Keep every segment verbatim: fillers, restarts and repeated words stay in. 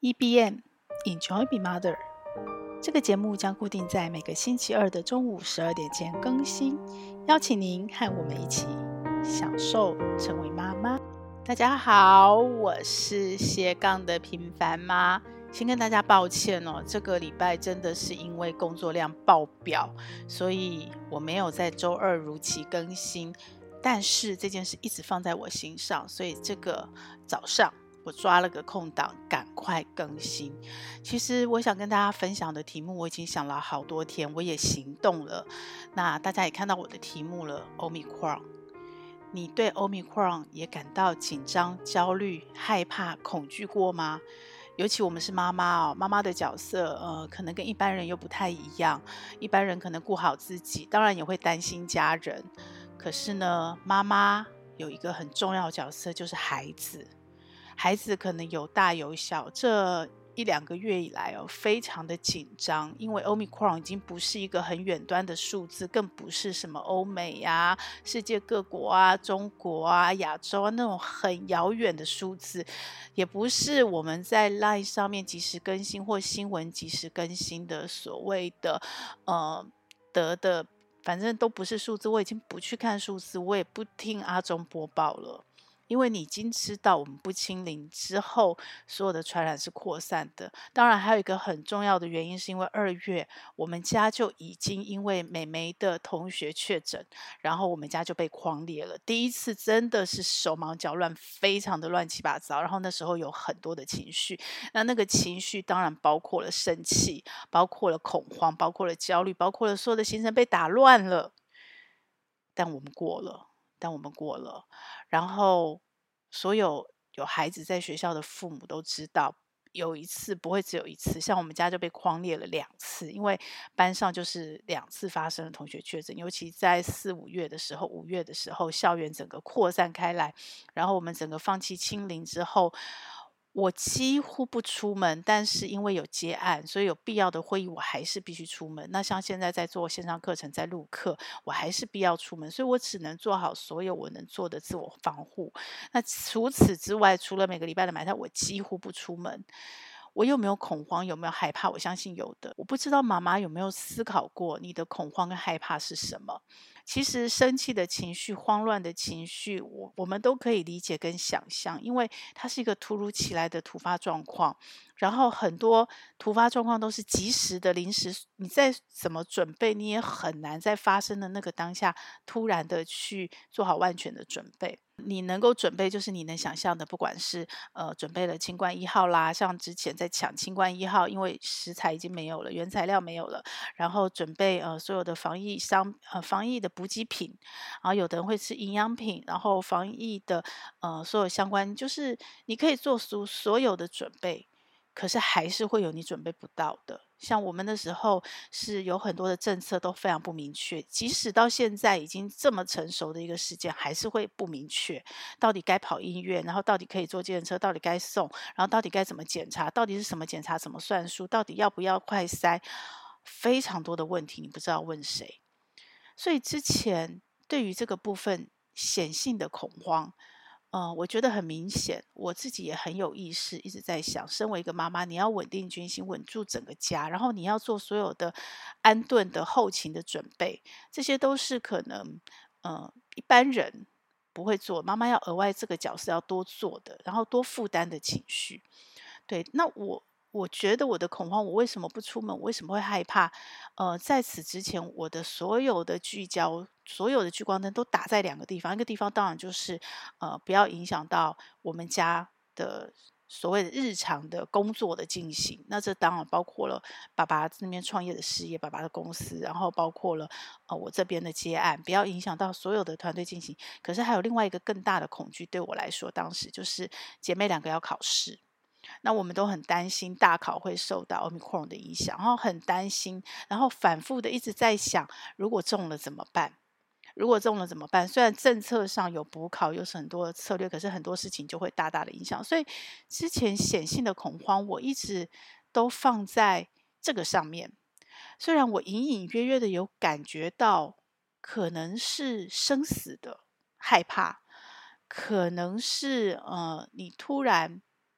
E B M Enjoy Be Mother 这个节目将固定在每个星期二的中午十二点前更新，邀请您和我们一起享受成为妈妈。大家好，我是斜杠的平凡妈。先跟大家抱歉哦，这个礼拜真的是因为工作量爆表，所以我没有在周二如期更新。但是这件事一直放在我心上，所以这个早上我抓了个空档，赶快更新。其实我想跟大家分享的题目，我已经想了好多天，我也行动了。那大家也看到我的题目了 Omicron。你对 Omicron 也感到紧张、焦虑、害怕、恐惧过吗？尤其我们是妈妈哦，妈妈的角色，呃，可能跟一般人又不太一样。一般人可能顾好自己，当然也会担心家人。可是呢，妈妈有一个很重要的角色，就是孩子。孩子可能有大有小，这一两个月以来哦，非常的紧张，因为 Omicron 已经不是一个很远端的数字，更不是什么欧美呀、世界各国啊、中国啊、亚洲啊那种很遥远的数字，也不是我们在 LINE 上面及时更新或新闻及时更新的所谓的呃得的。反正都不是数字，我已经不去看数字，我也不听阿中播报了。因为你已经知道我们不清零之后，所有的传染是扩散的。当然还有一个很重要的原因，是因为二月我们家就已经因为美眉的同学确诊，然后我们家就被匡列了。第一次真的是手忙脚乱，非常的乱七八糟。然后那时候有很多的情绪，那那个情绪当然包括了生气，包括了恐慌，包括了焦虑，包括了所有的行程被打乱了。但我们过了，但我们过了。然后所有有孩子在学校的父母都知道，有一次不会只有一次，像我们家就被匡列了两次，因为班上就是两次发生了同学确诊，尤其在四五月的时候，五月的时候，校园整个扩散开来，然后我们整个放弃清零之后。我几乎不出门，但是因为有接案，所以有必要的会议我还是必须出门。那像现在在做线上课程，在录课，我还是必要出门，所以我只能做好所有我能做的自我防护。那除此之外，除了每个礼拜的买菜，我几乎不出门。我有没有恐慌？有没有害怕？我相信有的。我不知道妈妈有没有思考过，你的恐慌跟害怕是什么？其实生气的情绪、慌乱的情绪，我我们都可以理解跟想象，因为它是一个突如其来的突发状况。然后很多突发状况都是及时的、临时，你再怎么准备，你也很难在发生的那个当下，突然的去做好万全的准备。你能够准备，就是你能想象的，不管是呃准备了清冠一号啦，像之前在抢清冠一号，因为食材已经没有了，原材料没有了，然后准备呃所有的防疫商呃防疫的补给品，然后有的人会吃营养品，然后防疫的呃所有相关，就是你可以做出所有的准备。可是还是会有你准备不到的。像我们那时候是有很多的政策都非常不明确，即使到现在已经这么成熟的一个事件，还是会不明确，到底该跑医院，然后到底可以坐计程车，到底该送，然后到底该怎么检查，到底是什么检查，怎么算数，到底要不要快筛，非常多的问题，你不知道问谁。所以之前对于这个部分显性的恐慌，呃，我觉得很明显，我自己也很有意识，一直在想，身为一个妈妈，你要稳定军心，稳住整个家，然后你要做所有的安顿的后勤的准备，这些都是可能呃一般人不会做，妈妈要额外这个角色要多做的，然后多负担的情绪。对，那我我觉得我的恐慌，我为什么不出门？我为什么会害怕？呃，在此之前，我的所有的聚焦，所有的聚光灯都打在两个地方。一个地方当然就是呃，不要影响到我们家的所谓的日常的工作的进行。那这当然包括了爸爸那边创业的事业，爸爸的公司，然后包括了呃我这边的接案，不要影响到所有的团队进行。可是还有另外一个更大的恐惧，对我来说，当时就是姐妹两个要考试。那我们都很担心大考会受到 Omicron 的影响，然后很担心，然后反复的一直在想，如果中了怎么办？如果中了怎么办？虽然政策上有补考，有很多的策略，可是很多事情就会大大的影响。所以之前显性的恐慌，我一直都放在这个上面。虽然我隐隐约约的有感觉到，可能是生死的害怕，可能是呃，你突然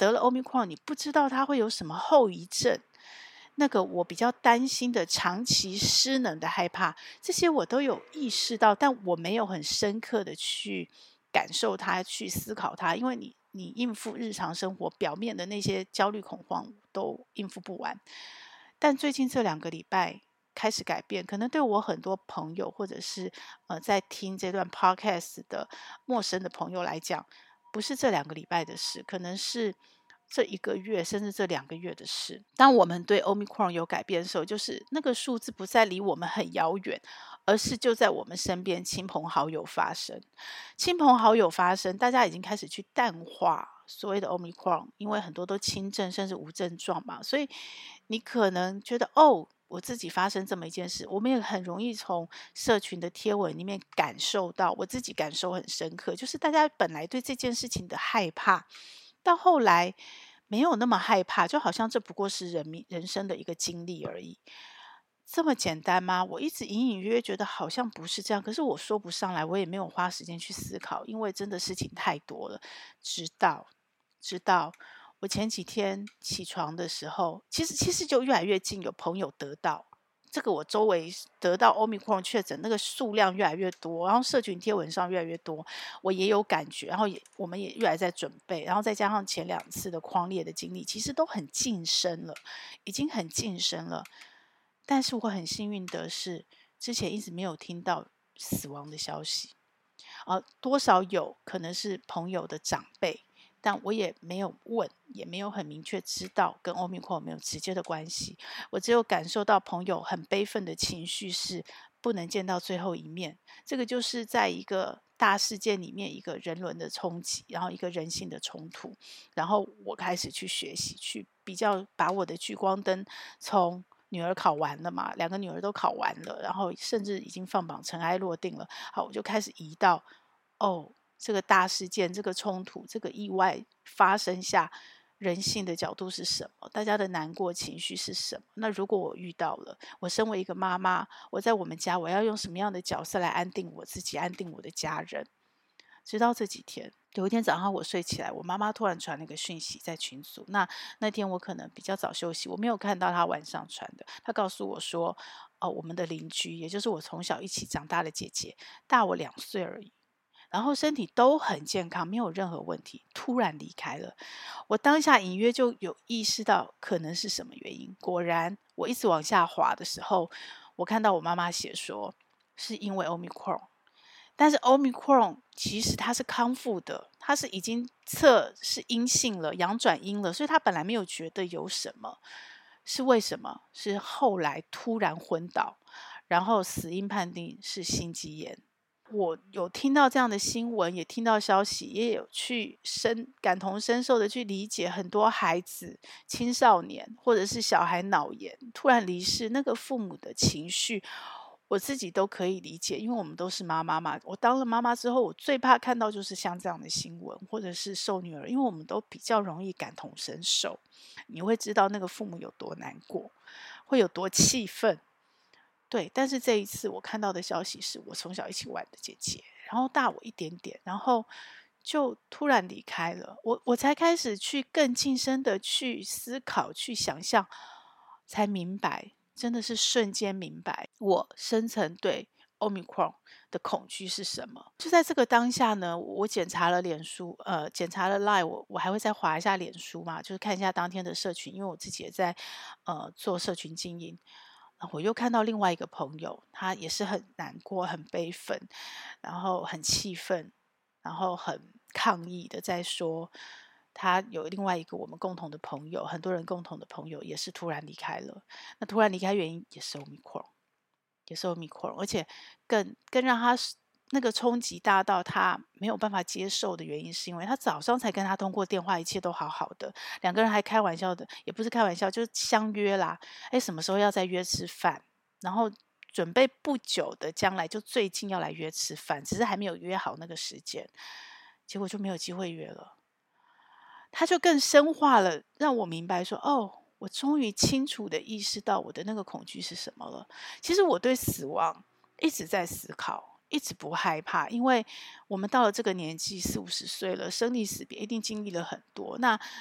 得了 Omicron， 你不知道它会有什么后遗症，那个我比较担心的长期失能的害怕，这些我都有意识到，但我没有很深刻的去感受它，去思考它，因为你你应付日常生活表面的那些焦虑恐慌都应付不完。但最近这两个礼拜开始改变，可能对我很多朋友或者是呃在听这段 podcast 的陌生的朋友来讲，不是这两个礼拜的事，可能是这一个月甚至这两个月的事。当我们对 Omicron 有改变的时候，就是那个数字不再离我们很遥远，而是就在我们身边亲朋好友发生。亲朋好友发生，大家已经开始去淡化所谓的 Omicron， 因为很多都轻症甚至无症状嘛，所以你可能觉得哦，我自己发生这么一件事，我们也很容易从社群的贴文里面感受到，我自己感受很深刻，就是大家本来对这件事情的害怕，到后来没有那么害怕，就好像这不过是人民人生的一个经历而已。这么简单吗？我一直隐隐约约觉得好像不是这样，可是我说不上来，我也没有花时间去思考，因为真的事情太多了。直到直到我前几天起床的时候，其实其实就越来越近，有朋友得到这个，我周围得到 Omicron 确诊那个数量越来越多，然后社群贴文上越来越多，我也有感觉，然后也我们也越来在准备，然后再加上前两次的匡列的经历，其实都很近身了，已经很近身了。但是我很幸运的是，之前一直没有听到死亡的消息，呃，多少有可能是朋友的长辈，但我也没有问，也没有很明确知道跟 Omicron 有没有直接的关系。我只有感受到朋友很悲愤的情绪，是不能见到最后一面。这个就是在一个大事件里面，一个人伦的冲击，然后一个人性的冲突。然后我开始去学习，去比较，把我的聚光灯从女儿考完了嘛，两个女儿都考完了，然后甚至已经放榜，尘埃落定了。好，我就开始移到哦，这个大事件、这个冲突、这个意外发生下，人性的角度是什么？大家的难过情绪是什么？那如果我遇到了，我身为一个妈妈，我在我们家，我要用什么样的角色来安定我自己，安定我的家人？直到这几天，有一天早上我睡起来，我妈妈突然传了一个讯息在群组。那那天我可能比较早休息，我没有看到她晚上传的。她告诉我说，哦，我们的邻居，也就是我从小一起长大的姐姐，大我两岁而已，然后身体都很健康，没有任何问题，突然离开了。我当下隐约就有意识到可能是什么原因。果然，我一直往下滑的时候，我看到我妈妈写说，是因为 Omicron。但是 Omicron 其实它是康复的，它是已经测是阴性了，阳转阴了，所以他本来没有觉得有什么。是为什么？是后来突然昏倒，然后死因判定是心肌炎。我有听到这样的新闻，也听到消息，也有去深感同身受的去理解很多孩子、青少年或者是小孩脑炎突然离世，那个父母的情绪，我自己都可以理解，因为我们都是妈妈嘛。我当了妈妈之后，我最怕看到就是像这样的新闻，或者是受女儿，因为我们都比较容易感同身受，你会知道那个父母有多难过，会有多气愤。对，但是这一次我看到的消息是我从小一起玩的姐姐，然后大我一点点，然后就突然离开了。我我才开始去更近身的去思考、去想象，才明白，真的是瞬间明白我深层对 Omicron 的恐惧是什么。就在这个当下呢，我检查了脸书，呃，检查了 Line，我我还会再滑一下脸书嘛，就是看一下当天的社群，因为我自己也在呃做社群经营。我又看到另外一个朋友，他也是很难过、很悲愤，然后很气愤，然后很抗议的在说，他有另外一个我们共同的朋友，很多人共同的朋友也是突然离开了。那突然离开原因也是 Omicron，也是 Omicron，而且更更让他那个冲击大到他没有办法接受的原因，是因为他早上才跟他通过电话，一切都好好的，两个人还开玩笑的，也不是开玩笑，就是相约啦，哎，什么时候要再约吃饭，然后准备不久的将来就最近要来约吃饭，只是还没有约好那个时间，结果就没有机会约了。他就更深化了，让我明白说，哦，我终于清楚的意识到我的那个恐惧是什么了。其实我对死亡一直在思考，一直不害怕，因为我们到了这个年纪，四五十岁了，生离死别一定经历了很多。那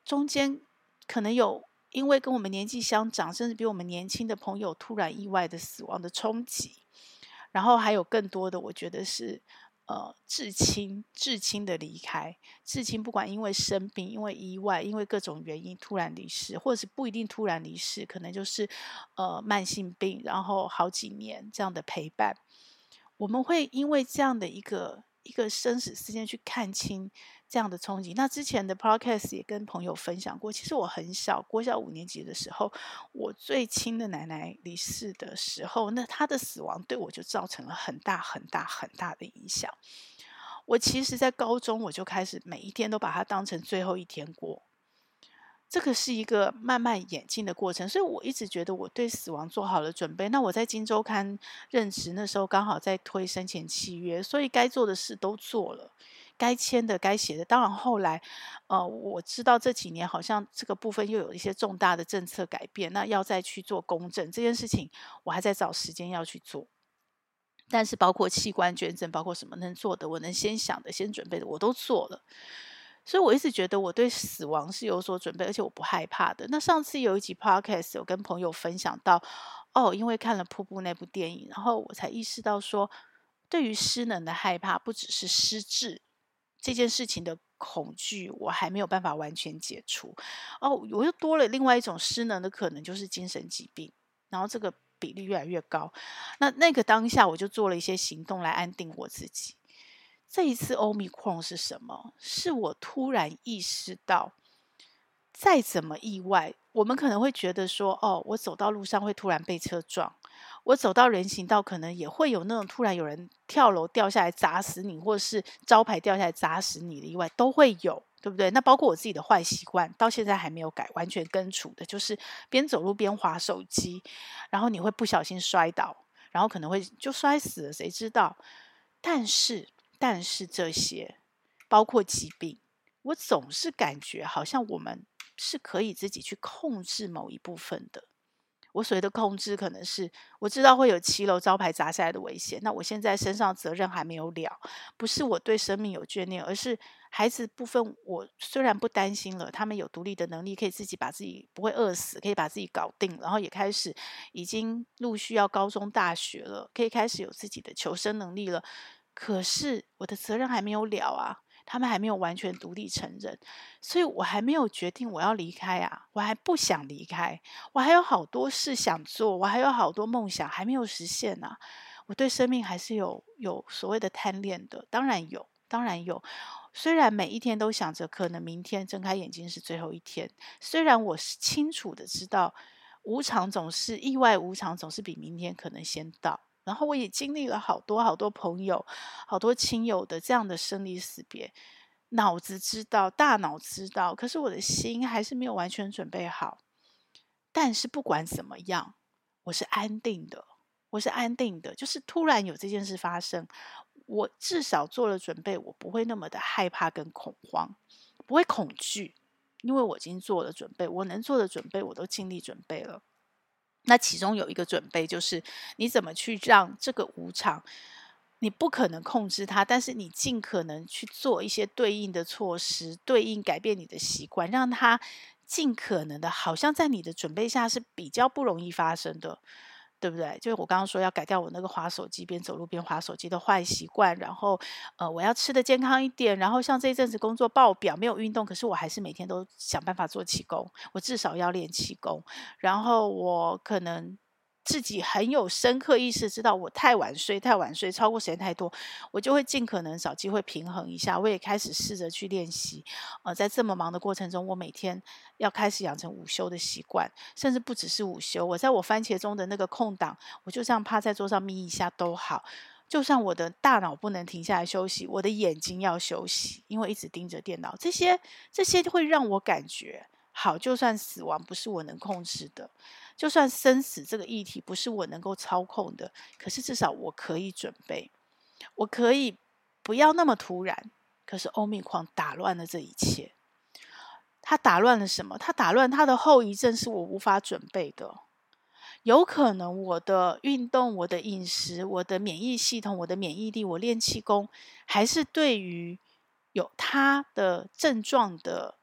中间可能有因为跟我们年纪相长，甚至比我们年轻的朋友突然意外的死亡的冲击，然后还有更多的，我觉得是呃至亲至亲的离开，至亲不管因为生病、因为意外、因为各种原因突然离世，或者是不一定突然离世，可能就是呃慢性病，然后好几年这样的陪伴，我们会因为这样的一个一个生死事件去看清这样的冲击。那之前的 podcast 也跟朋友分享过，其实我很小，国小五年级的时候，我最亲的奶奶离世的时候，那她的死亡对我就造成了很大很大很大的影响。我其实在高中我就开始每一天都把它当成最后一天过，这个是一个慢慢演进的过程，所以我一直觉得我对死亡做好了准备。那我在金周刊任职，那时候刚好在推生前契约，所以该做的事都做了，该签的、该写的。当然后来，呃，我知道这几年好像这个部分又有一些重大的政策改变，那要再去做公证这件事情，我还在找时间要去做。但是包括器官捐赠，包括什么能做的，我能先想的、先准备的，我都做了。所以我一直觉得我对死亡是有所准备，而且我不害怕的。那上次有一集 podcast 有跟朋友分享到，哦，因为看了《瀑布》那部电影，然后我才意识到说，对于失能的害怕，不只是失智这件事情的恐惧，我还没有办法完全解除。哦，我又多了另外一种失能的可能，就是精神疾病，然后这个比例越来越高。那那个当下，我就做了一些行动来安定我自己。这一次 Omicron 是什么？是我突然意识到，再怎么意外，我们可能会觉得说，哦，我走到路上会突然被车撞，我走到人行道可能也会有那种突然有人跳楼掉下来砸死你，或是招牌掉下来砸死你的意外，都会有，对不对？那包括我自己的坏习惯，到现在还没有改，完全根除的，就是边走路边滑手机，然后你会不小心摔倒，然后可能会就摔死了，谁知道？但是。但是这些包括疾病，我总是感觉好像我们是可以自己去控制某一部分的。我所谓的控制，可能是我知道会有骑楼招牌砸下来的危险，那我现在身上责任还没有了，不是我对生命有眷恋，而是孩子部分，我虽然不担心了，他们有独立的能力，可以自己把自己不会饿死，可以把自己搞定，然后也开始已经陆续要高中大学了，可以开始有自己的求生能力了。可是我的责任还没有了啊，他们还没有完全独立成人，所以我还没有决定我要离开啊，我还不想离开，我还有好多事想做，我还有好多梦想还没有实现啊。我对生命还是有有所谓的贪恋的，当然有，当然有。虽然每一天都想着可能明天睁开眼睛是最后一天，虽然我是清楚的知道无常总是意外，无常总是比明天可能先到。然后我也经历了好多好多朋友、好多亲友的这样的生离死别，脑子知道，大脑知道，可是我的心还是没有完全准备好。但是不管怎么样，我是安定的，我是安定的。就是突然有这件事发生，我至少做了准备，我不会那么的害怕跟恐慌，不会恐惧，因为我已经做了准备，我能做的准备我都尽力准备了。那其中有一个准备，就是你怎么去让这个无常，你不可能控制它，但是你尽可能去做一些对应的措施，对应改变你的习惯，让它尽可能的，好像在你的准备下是比较不容易发生的。对不对？就是我刚刚说要改掉我那个滑手机边走路边滑手机的坏习惯，然后呃我要吃的健康一点，然后像这一阵子工作爆表没有运动，可是我还是每天都想办法做气功，我至少要练气功，然后我可能自己很有深刻意识知道我太晚睡太晚睡超过时间太多，我就会尽可能找机会平衡一下。我也开始试着去练习呃，在这么忙的过程中，我每天要开始养成午休的习惯，甚至不只是午休，我在我番茄钟的那个空档，我就这样趴在桌上眯一下都好。就算我的大脑不能停下来休息，我的眼睛要休息，因为一直盯着电脑，这些这些会让我感觉好。就算死亡不是我能控制的，就算生死这个议题不是我能够操控的，可是至少我可以准备，我可以不要那么突然。可是欧密狂打乱了这一切，它打乱了什么？它打乱它的后遗症是我无法准备的。有可能我的运动、我的饮食、我的免疫系统、我的免疫力，我练气功，还是对于有它的症状的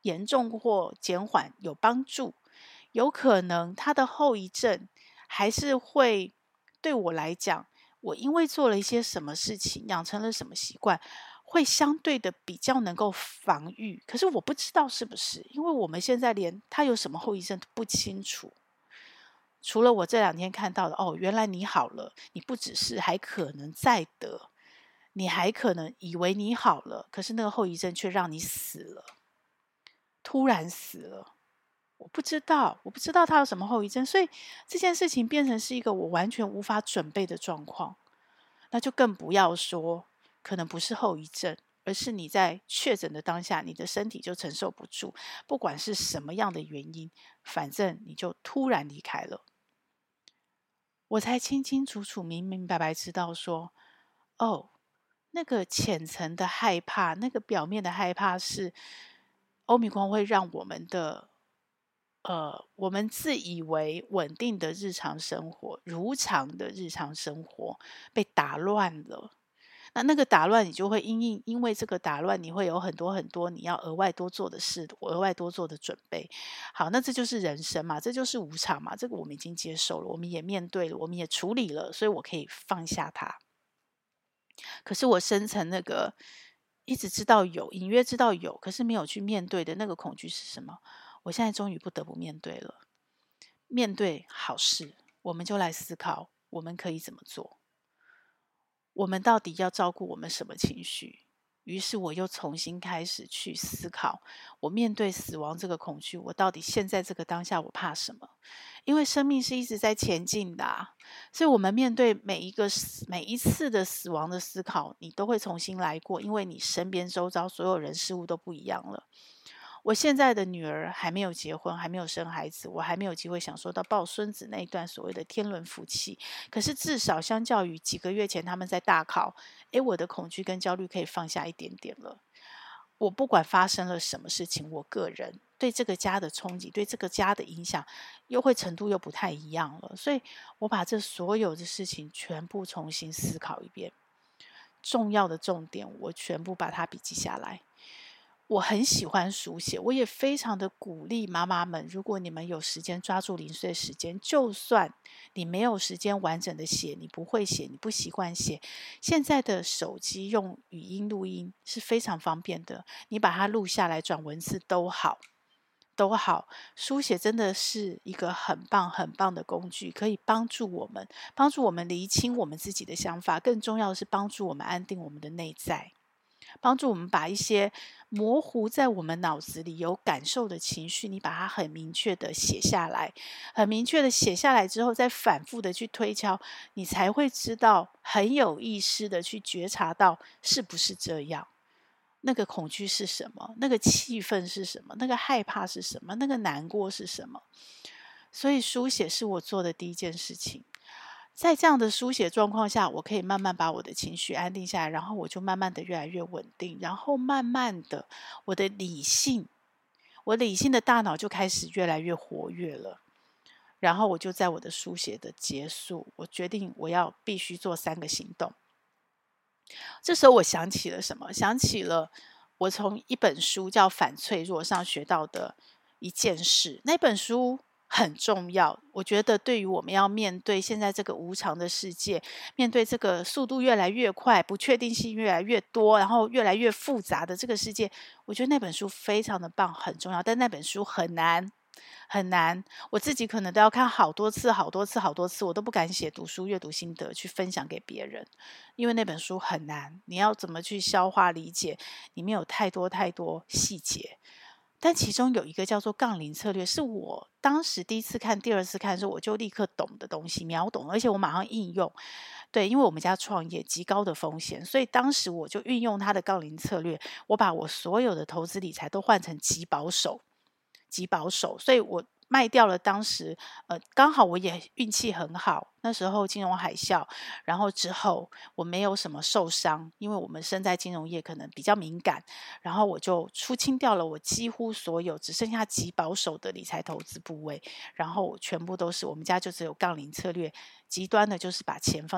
严重或减缓有帮助，有可能它的后遗症还是会对我来讲，我因为做了一些什么事情，养成了什么习惯，会相对的比较能够防御。可是我不知道是不是，因为我们现在连它有什么后遗症都不清楚。除了我这两天看到的，哦，原来你好了，你不只是还可能再得，你还可能以为你好了，可是那个后遗症却让你死了，突然死了。我不知道，我不知道他有什么后遗症，所以这件事情变成是一个我完全无法准备的状况。那就更不要说，可能不是后遗症，而是你在确诊的当下，你的身体就承受不住，不管是什么样的原因，反正你就突然离开了。我才清清楚楚、明明白白知道说，哦，那个浅层的害怕，那个表面的害怕是，欧米伽会让我们的，呃，我们自以为稳定的日常生活、如常的日常生活被打乱了。那那个打乱，你就会因应因为这个打乱，你会有很多很多你要额外多做的事，额外多做的准备。好，那这就是人生嘛，这就是无常嘛，这个我们已经接受了，我们也面对了，我们也处理了，所以我可以放下它。可是我深层那个一直知道有，隐约知道有，可是没有去面对的那个恐惧是什么？我现在终于不得不面对了。面对好事，我们就来思考，我们可以怎么做？我们到底要照顾我们什么情绪？于是我又重新开始去思考，我面对死亡这个恐惧，我到底现在这个当下我怕什么？因为生命是一直在前进的啊，所以我们面对每一个每一次的死亡的思考，你都会重新来过，因为你身边周遭所有人事物都不一样了。我现在的女儿还没有结婚，还没有生孩子，我还没有机会享受到抱孙子那一段所谓的天伦福气。可是至少相较于几个月前他们在大考，诶，我的恐惧跟焦虑可以放下一点点了。我不管发生了什么事情，我个人对这个家的冲击，对这个家的影响，又会程度又不太一样了。所以我把这所有的事情全部重新思考一遍，重要的重点我全部把它笔记下来。我很喜欢书写，我也非常的鼓励妈妈们，如果你们有时间抓住零碎时间，就算你没有时间完整的写，你不会写，你不习惯写，现在的手机用语音录音是非常方便的，你把它录下来转文字都好。都好，书写真的是一个很棒很棒的工具，可以帮助我们，帮助我们厘清我们自己的想法，更重要的是帮助我们安定我们的内在。帮助我们把一些模糊在我们脑子里有感受的情绪，你把它很明确的写下来，很明确的写下来之后，再反复的去推敲，你才会知道，很有意识的去觉察到是不是这样。那个恐惧是什么？那个气氛是什么？那个害怕是什么？那个难过是什么？所以书写是我做的第一件事情。在这样的书写状况下，我可以慢慢把我的情绪安定下来，然后我就慢慢的越来越稳定，然后慢慢的我的理性，我理性的大脑就开始越来越活跃了。然后我就在我的书写的结束，我决定我要必须做三个行动。这时候我想起了什么？想起了我从一本书叫《反脆弱》上学到的一件事。那本书很重要，我觉得对于我们要面对现在这个无常的世界，面对这个速度越来越快、不确定性越来越多，然后越来越复杂的这个世界，我觉得那本书非常的棒，很重要。但那本书很难。很难，我自己可能都要看好多次、好多次、好多次，我都不敢写读书阅读心得去分享给别人，因为那本书很难，你要怎么去消化理解，里面有太多太多细节。但其中有一个叫做杠铃策略，是我当时第一次看、第二次看的时候，我就立刻懂的东西，秒懂，而且我马上应用。对，因为我们家创业极高的风险，所以当时我就运用它的杠铃策略，我把我所有的投资理财都换成极保守。极保守，所以我卖掉了当时呃，刚好我也运气很好，那时候金融海啸，然后之后我没有什么受伤，因为我们身在金融业可能比较敏感，然后我就出清掉了我几乎所有只剩下极保守的理财投资部位，然后全部都是我们家就只有杠铃策略，极端的就是把钱放在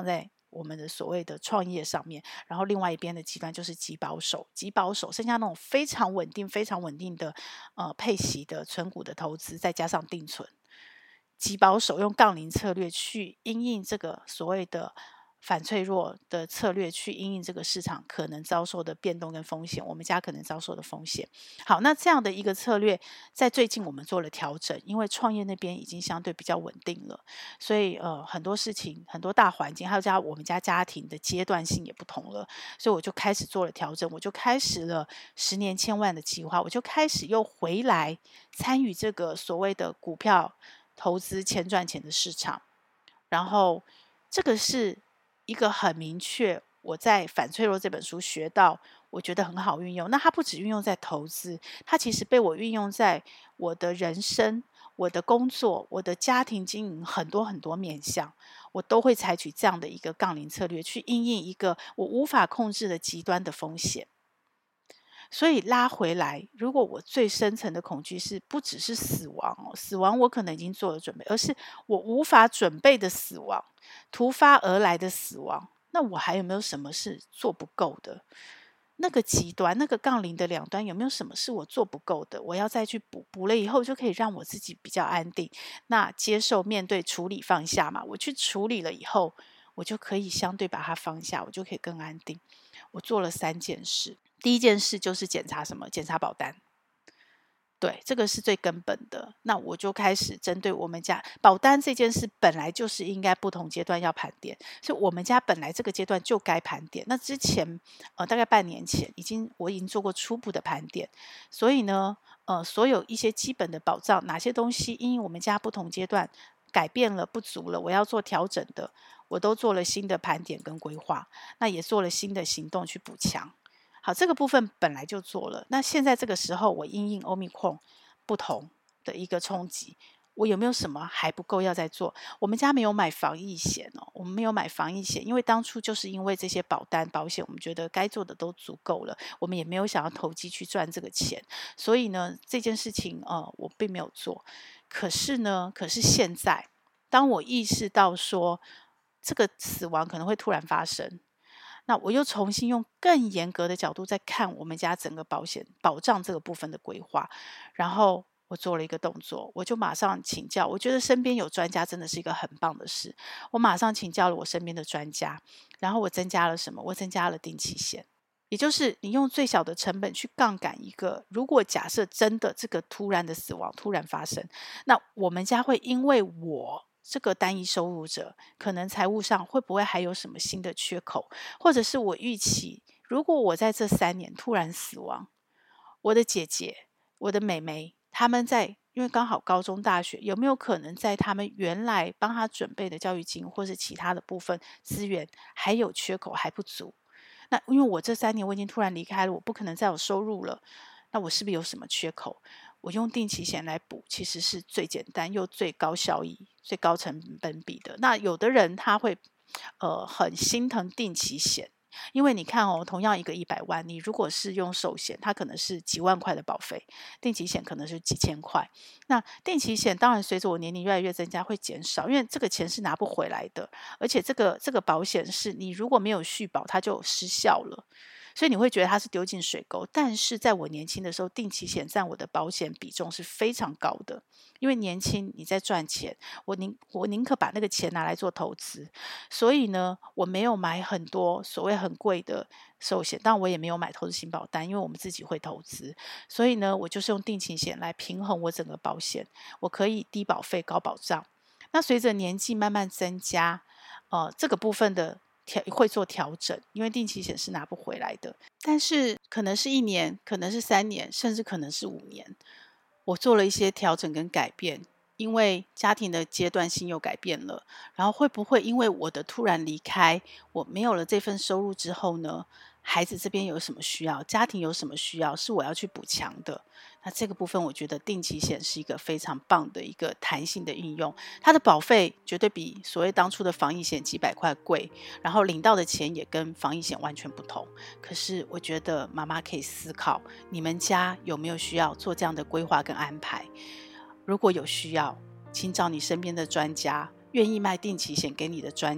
我们的所谓的创业上面，然后另外一边的极端就是极保守，极保守剩下那种非常稳定、非常稳定的呃配息的存股的投资，再加上定存，极保守用杠铃策略去因应这个所谓的反脆弱的策略，去因应这个市场可能遭受的变动跟风险，我们家可能遭受的风险。好，那这样的一个策略在最近我们做了调整，因为创业那边已经相对比较稳定了，所以呃很多事情很多大环境还有加我们家家庭的阶段性也不同了，所以我就开始做了调整，我就开始了十年千万的计划，我就开始又回来参与这个所谓的股票投资钱赚钱的市场。然后这个是一个很明确，我在《反脆弱》这本书学到，我觉得很好运用。那它不只运用在投资，它其实被我运用在我的人生、我的工作、我的家庭经营很多很多面向，我都会采取这样的一个杠铃策略，去因应一个我无法控制的极端的风险。所以拉回来，如果我最深层的恐惧是不只是死亡哦，死亡我可能已经做了准备，而是我无法准备的死亡，突发而来的死亡，那我还有没有什么是做不够的？那个极端，那个杠铃的两端，有没有什么是我做不够的？我要再去补，补了以后就可以让我自己比较安定。那接受、面对、处理、放下嘛，我去处理了以后，我就可以相对把它放下，我就可以更安定。我做了三件事。第一件事就是检查什么？检查保单。对，这个是最根本的。那我就开始针对我们家保单这件事，本来就是应该不同阶段要盘点，所以我们家本来这个阶段就该盘点。那之前呃大概半年前，已经我已经做过初步的盘点，所以呢，呃，所有一些基本的保障，哪些东西因为我们家不同阶段改变了、不足了，我要做调整的，我都做了新的盘点跟规划，那也做了新的行动去补强。好，这个部分本来就做了。那现在这个时候，我因应 Omicron 不同的一个冲击，我有没有什么还不够要再做？我们家没有买防疫险哦，我们没有买防疫险，因为当初就是因为这些保单保险，我们觉得该做的都足够了，我们也没有想要投机去赚这个钱，所以呢，这件事情呃，我并没有做。可是呢，可是现在，当我意识到说这个死亡可能会突然发生。那我又重新用更严格的角度在看我们家整个保险保障这个部分的规划，然后我做了一个动作，我就马上请教，我觉得身边有专家真的是一个很棒的事，我马上请教了我身边的专家，然后我增加了什么？我增加了定期险，也就是你用最小的成本去杠杆一个，如果假设真的这个突然的死亡突然发生，那我们家会因为我这个单一收入者，可能财务上会不会还有什么新的缺口，或者是我预期，如果我在这三年突然死亡，我的姐姐、我的妹妹，他们在因为刚好高中、大学，有没有可能在他们原来帮他准备的教育金或是其他的部分资源还有缺口还不足？那因为我这三年我已经突然离开了，我不可能再有收入了，那我是不是有什么缺口？我用定期险来补，其实是最简单又最高效益、最高成本比的。那有的人他会呃很心疼定期险，因为你看哦，同样一个一百万，你如果是用寿险，它可能是几万块的保费，定期险可能是几千块。那定期险当然随着我年龄越来越增加会减少，因为这个钱是拿不回来的，而且这个这个保险是你如果没有续保，它就失效了。所以你会觉得它是丢进水沟，但是在我年轻的时候，定期险占我的保险比重是非常高的，因为年轻你在赚钱，我宁我宁可把那个钱拿来做投资，所以呢，我没有买很多所谓很贵的寿险，但我也没有买投资型保单，因为我们自己会投资，所以呢，我就是用定期险来平衡我整个保险，我可以低保费高保障。那随着年纪慢慢增加，呃，这个部分的会做调整，因为定期险是拿不回来的，但是可能是一年，可能是三年，甚至可能是五年，我做了一些调整跟改变，因为家庭的阶段性又改变了，然后会不会因为我的突然离开，我没有了这份收入之后呢，孩子这边有什么需要，家庭有什么需要是我要去补强的，那这个部分我觉得定期险是一个非常棒的一个弹性的运用，它的保费绝对比所谓当初的防疫险几百块贵，然后领到的钱也跟防疫险完全不同，可是我觉得妈妈可以思考你们家有没有需要做这样的规划跟安排，如果有需要，请找你身边的专家，愿意卖定期险给你的专家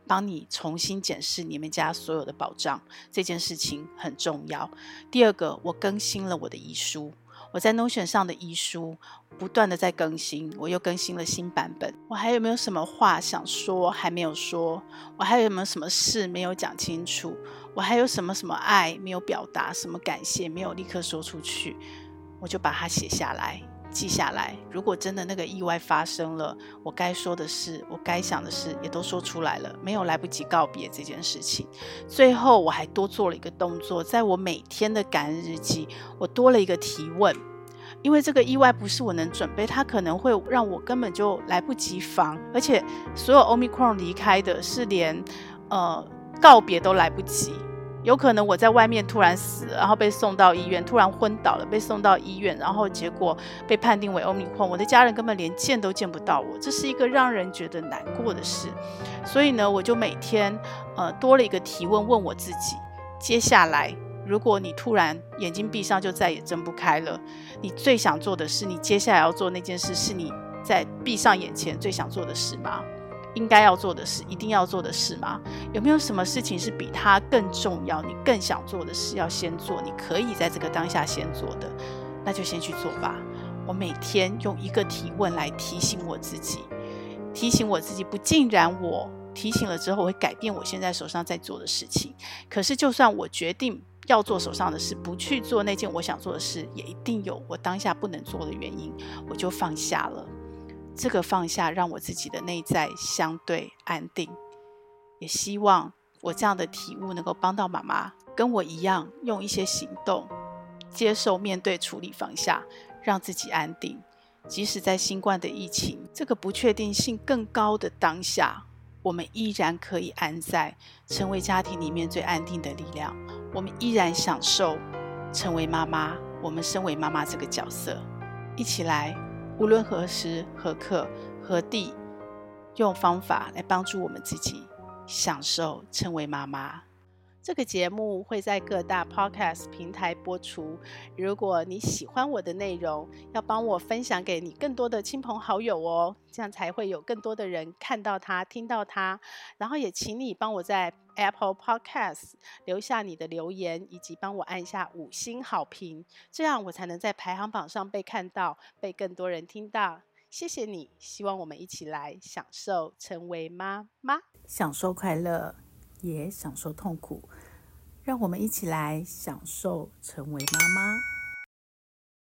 帮你重新检视你们家所有的保障，这件事情很重要。第二个，我更新了我的遗书，我在 Notion 上的遗书不断的在更新，我又更新了新版本。我还有没有什么话想说还没有说？我还有没有什么事没有讲清楚？我还有什么什么爱没有表达，什么感谢没有立刻说出去？我就把它写下来，记下来。如果真的那个意外发生了，我该说的事，我该想的事也都说出来了，没有来不及告别这件事情。最后我还多做了一个动作，在我每天的感恩日记，我多了一个提问。因为这个意外不是我能准备，它可能会让我根本就来不及防，而且所有 Omicron 离开的是连呃告别都来不及。有可能我在外面突然死了，然后被送到医院，突然昏倒了，被送到医院，然后结果被判定为 Omicron， 我的家人根本连见都见不到我，这是一个让人觉得难过的事。所以呢，我就每天呃多了一个提问，问我自己，接下来如果你突然眼睛闭上就再也睁不开了，你最想做的事，你接下来要做那件事，是你在闭上眼前最想做的事吗？应该要做的事，一定要做的事吗？有没有什么事情是比它更重要，你更想做的事要先做，你可以在这个当下先做的，那就先去做吧。我每天用一个提问来提醒我自己，提醒我自己，不尽然我提醒了之后我会改变我现在手上在做的事情，可是就算我决定要做手上的事，不去做那件我想做的事，也一定有我当下不能做的原因，我就放下了。这个放下让我自己的内在相对安定，也希望我这样的体悟能够帮到妈妈跟我一样，用一些行动接受、面对、处理、放下，让自己安定。即使在新冠的疫情这个不确定性更高的当下，我们依然可以安在，成为家庭里面最安定的力量。我们依然享受成为妈妈，我们身为妈妈这个角色。一起来，无论何时何刻何地，用方法来帮助我们自己享受成为妈妈。这个节目会在各大 podcast 平台播出，如果你喜欢我的内容，要帮我分享给你更多的亲朋好友哦，这样才会有更多的人看到它、听到它。然后也请你帮我在 Apple Podcast 留下你的留言，以及帮我按下五星好评，这样我才能在排行榜上被看到，被更多人听到。谢谢你，希望我们一起来享受成为妈妈，享受快乐，也享受痛苦，让我们一起来享受成为妈妈。